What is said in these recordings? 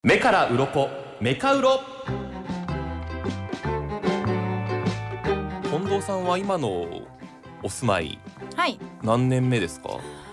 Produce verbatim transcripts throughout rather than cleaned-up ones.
目から鱗メカウロ。近藤さんは今のお住まい、 はい、 何年目ですか？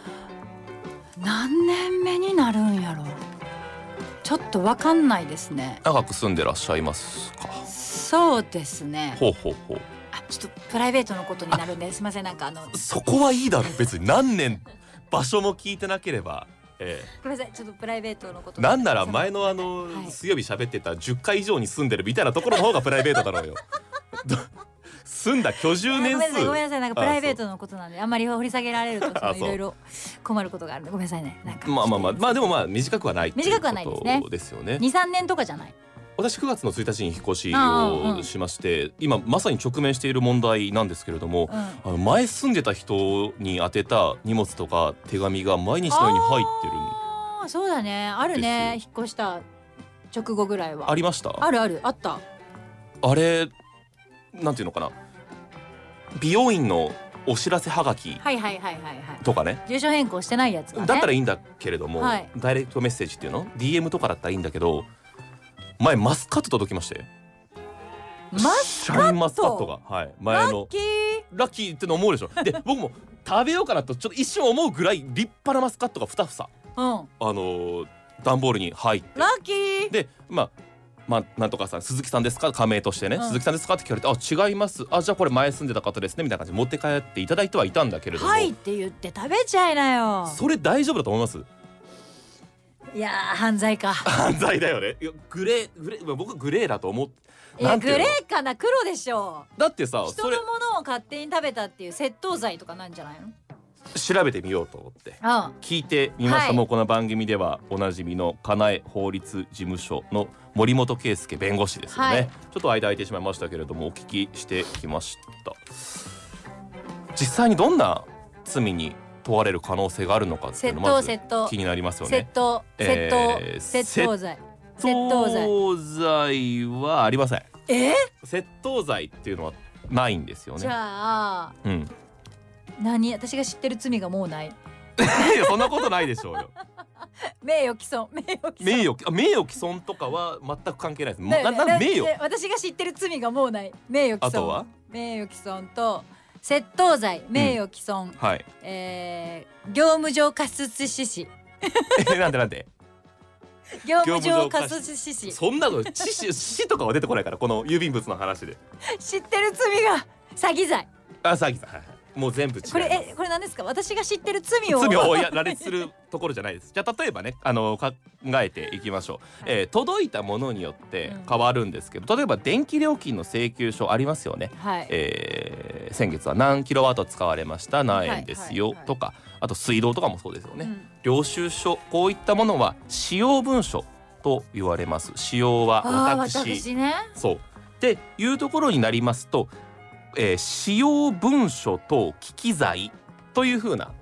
何年目になるんやろ、ちょっとわかんないですね。 長く住んでらっしゃいますか？ そうですね。 ほうほうほう。 あ、ちょっとプライベートのことになるんですいません。なんかあのそこはいいだろ、別に何年場所も聞いてなければ。ええ、 ごめんなさい、ちょっとプライベートのことなんなら前のあの、 はい、 水曜日喋ってたじゅっかい以上に住んでるみたいなところの方がプライベートだろうよ住んだ居住年数。 ごめんなさい、なんかプライベートのことなんであんまり掘り下げられるといろいろ困ることがあるんでごめんなさいね。なんかまあまあまあまあでもまあ短くはないっていう短くはないですね。 ことですよね。 にさんねんとかじゃない。 私くがつのついたちに引っ越しをしまして、うん、今まさに直面している問題なんですけれども、うん、あの前住んでた人に宛てた荷物とか手紙が毎日のように入ってるんです。 あ、そうだね、あるね。引っ越した直後ぐらいはありました。 あるあるあった。 あれなんていうのかな、美容院のお知らせはがきとかね、 住所変更してないやつがね、 だったらいいんだけれども、はい、ダイレクトメッセージっていうの ディーエム とかだったらいいんだけど、前マスカット届きまして。 マスカット、 シャインマスカットが、はい、前のラッキーラッキーっての思うでしょ。で僕も食べようかなとちょっと一瞬思うぐらい立派なマスカットがふた房、うん、あのー、段ボールに入ってラッキーで、まあまあ、なんとかさん鈴木さんですか、加盟としてね、うん、鈴木さんですかって聞かれて、あ違います、あじゃあこれ前住んでた方ですねみたいな感じで持って帰っていただいてはいたんだけれども、 はいって言って食べちゃいなよ。 それ大丈夫だと思います？ いやー犯罪か。 犯罪だよね。いやグレーグレー、僕グレーだと思って。 いやグレーかな、黒でしょ。 だってさ、 人のものを勝手に食べたっていう窃盗罪とかなんじゃないの？ 調べてみようと思って聞いてみました。はい、もうこの番組ではおなじみのかなえ法律事務所の森本圭介弁護士ですよね、はい、ちょっと間空いてしまいましたけれどもお聞きしてきました。実際にどんな罪に問われる可能性があるのかっていうのまず気になりますよね。 窃盗窃盗、えー、窃盗罪窃盗罪はありません。 えー、 窃盗罪っていうのはないんですよね。 じゃあ、うん、何、私が知ってる罪がもうない。 いやそんなことないでしょうよ。 名誉毀損、名誉毀損、 名誉、名誉毀損とかは全く関係ないです。なな名誉、 私が知ってる罪がもうない。名誉毀損、あとは名誉毀損と窃盗罪、名誉毀損、うん、はい、えー、業務上過失致死。 なんでなんで業務上過失致死。 そんなの致死死とかは出てこないから、この郵便物の話で。 知ってる罪が詐欺罪。 あ、詐欺罪、はいはい、もう全部違います。 これえこれ何ですか？私が知ってる罪を罪をや羅列するところじゃないです。じゃあ例えばね、あの考えていきましょう、はい、えー、届いたものによって変わるんですけど、うん、例えば電気料金の請求書ありますよね、はい、えー、先月は何キロワット使われました何円ですよ、はいはいはい、とか、あと水道とかもそうですよね、うん、領収書、こういったものは使用文書と言われます。使用は私、 私ね、 そうっていうところになりますと、えー、使用文書等機器財という風な、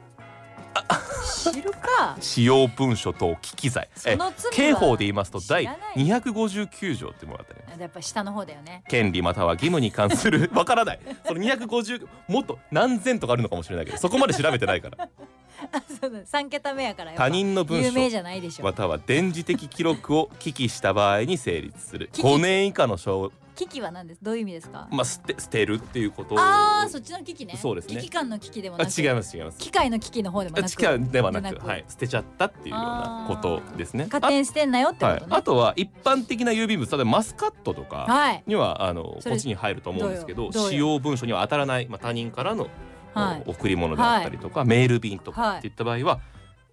知るか使用文書等機器財、え刑法で言いますと第にひゃくごじゅうきゅう条ってものがあったね。 やっぱ下の方だよね。 権利または義務に関するわからない、そのにひゃくごじゅう、もっと何千とかあるのかもしれないけどそこまで調べてないからあ、そうだ、さん桁目やからやっぱ他人の文書有名じゃないでしょ。 または電磁的記録を棄棄した場合に成立するごねん以下の懲。 危機は何です？どういう意味ですか？ まあ、捨て、捨てるっていうことを。 ああ、そっちの危機ね。 そうですね。 危機感の危機でもなく、 あ、違います違います。 機械の危機の方でもなく、 機械ではなく、はい、捨てちゃったっていうようなことですね。 勝手に捨てんなよってことね。 あ、はい、あとは一般的な郵便物、例えばマスカットとかには、はい、あのこっちに入ると思うんですけど、使用文書には当たらない、まあ、他人からの、はい、贈り物であったりとか、はい、メール便とかっていった場合は、はい、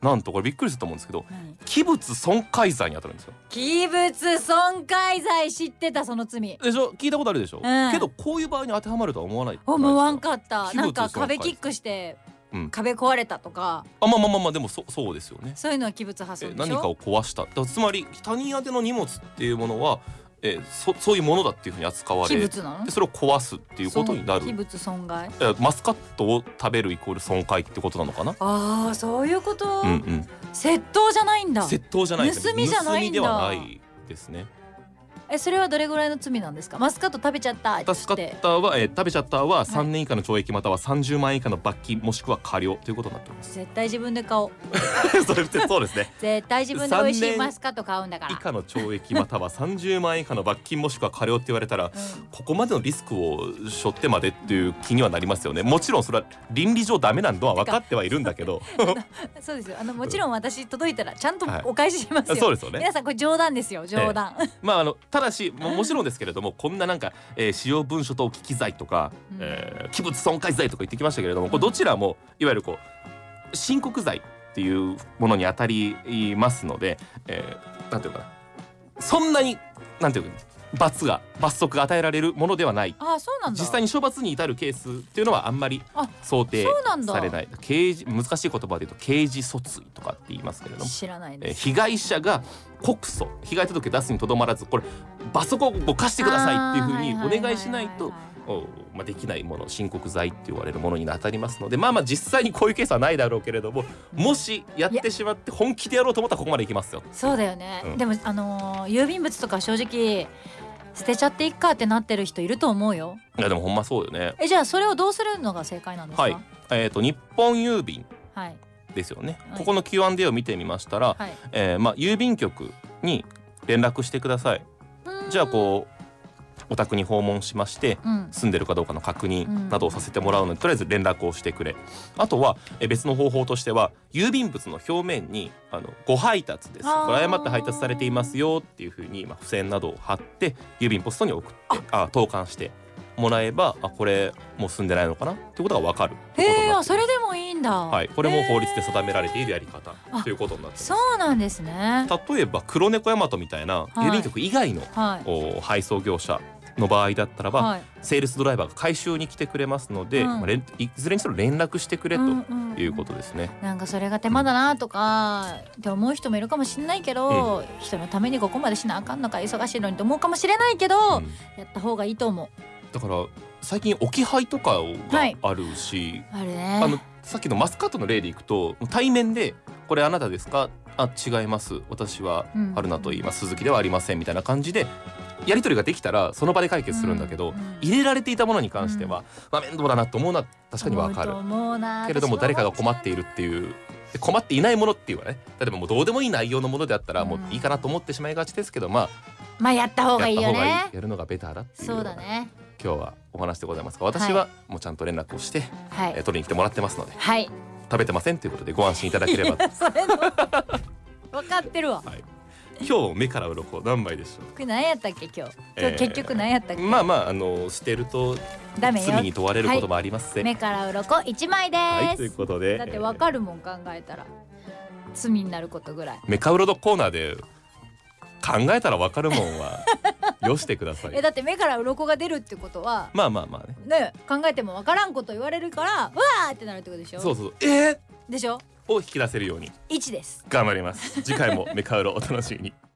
なんとこれびっくりすると思うんですけど、器物損壊罪に当たるんですよ。 器物損壊罪、知ってた、その罪でしょ、聞いたことあるでしょ、うん、けどこういう場合に当てはまるとは思わない。 思わんかった。なんか壁キックして、うん、壁壊れたとか、 あ、まあまあまあまあ、でも そ, そうですよね。 そういうのは器物破損でしょ。 何かを壊した、つまり他人宛ての荷物っていうものはえー、そ, そういうものだっていうふうに扱われ、 器物なの？ でそれを壊すっていうことになる。 器物損害、 えー、マスカットを食べるイコール損壊ってことなのかな。 ああ、そういうこと、 うんうん、 窃盗じゃないんだ。 窃盗じゃないです。 盗みじゃないんだ。 盗みではないですね。 えそれはどれぐらいの罪なんですか？マスカット食べちゃったってマスカットは、えー、食べちゃったはさんねん以下の懲役またはさんじゅうまんえん以下の罰金もしくは科料ということになっています。 絶対自分で買おうそれそうですね絶対自分で美味しいマスカット買うんだから。 以下の懲役またはさんじゅうまんえん以下の罰金もしくは科料って言われたら、うん、ここまでのリスクを背負ってまでっていう気にはなりますよね。もちろんそれは倫理上ダメなのは分かってはいるんだけどそうですよ。あのもちろん私届いたらちゃんとお返ししますよ、はい、 そうですよね。 皆さんこれ冗談ですよ冗談、 ええ、まああのただしももちろんですけれどもこんななんか、えー、使用文書等危機罪とか、うん、えー、器物損壊罪とか言ってきましたけれども、これどちらもいわゆるこう申告罪っていうものに当たりますので、えー、なんていうかな、そんなになんていうか罰が罰則が与えられるものではない。 あ、そうなんだ。 実際に処罰に至るケースっていうのはあんまり想定されない。刑事、難しい言葉で言うと刑事訴追とかって言いますけれども、 知らないです。 被害者が告訴、被害届出すにとどまらず、これ罰則を貸してくださいっていうふうにお願いしないとまあできないもの、申告罪って言われるものに当たりますので、まあまあ実際にこういうケースはないだろうけれども、もしやってしまって本気でやろうと思ったらここまでいきますよ。 そうだよね、うん、でもあのー、郵便物とか正直捨てちゃっていっかってなってる人いると思うよ。 いやでもほんまそうよね。 えじゃあそれをどうするのが正解なんですか？ はい、えーと日本郵便ですよね、はい、ここの キューアンドエー を見てみましたら、はい、えーまあ、郵便局に連絡してください。じゃあこうお宅に訪問しまして、うん、住んでるかどうかの確認などをさせてもらうので、とりあえず連絡をしてくれ。あとはえ別の方法としては郵便物の表面にあのご配達です、これ誤って配達されていますよっていうふうに、まあ、付箋などを貼って郵便ポストに送ってあ投函してもらえば、あこれもう住んでないのかなってことが分かるってことになっています。 へー、それでもいいんだ。 はい、これも法律で定められているやり方ということになっています。 そうなんですね。 例えば黒猫大和みたいな郵便局以外の、はい、配送業者の場合だったらば、はい、セールスドライバーが回収に来てくれますので、うん、まあ、いずれにしろ連絡してくれということですね、 うんうん、なんかそれが手間だなとかって思う人もいるかもしれないけど、うん、人のためにここまでしなあかんのか忙しいのにと思うかもしれないけど、うん、やった方がいいと思う。 だから最近置き配とかがあるし、 はい、あるね。 あのさっきのマスカットの例でいくと対面でこれあなたですか、あ違います私は春菜と言います、鈴木ではありませんみたいな感じでやり取りができたらその場で解決するんだけど、うんうん、入れられていたものに関しては、うん、まあ、面倒だなと思うのは確かに分かるけれども、誰かが困っているっていう、困っていないものっていうのはね、例えばもうどうでもいい内容のものであったらもういいかなと思ってしまいがちですけど、まあまあやった方がいいよね。 やった方がいい、やるのがベターだっていう。 そうだね。 今日はお話でございますが、私はもうちゃんと連絡をして、はい、えー、取りに来てもらってますので、はい、食べてませんということでご安心いただければ。 それの分かってるわ。 はい、今日目から鱗何枚でしょう。 これ何やったっけ今日。今日結局何やったっけ。 えー、まあまああの捨てると罪に問われることもありますね。 はい、目から鱗一枚です。はい、 ということで。 だって分かるもん、考えたら罪になることぐらい。 目から鱗コーナーで考えたら分かるもんはよしてください。 えだって目から鱗が出るってことは、 まあまあまあね。 ね、考えても分からんこと言われるからわーってなるってことでしょ。 そうそう。えー、 でしょ。 を引き出せるようにいちです。 頑張ります。次回も目から鱗お楽しみに。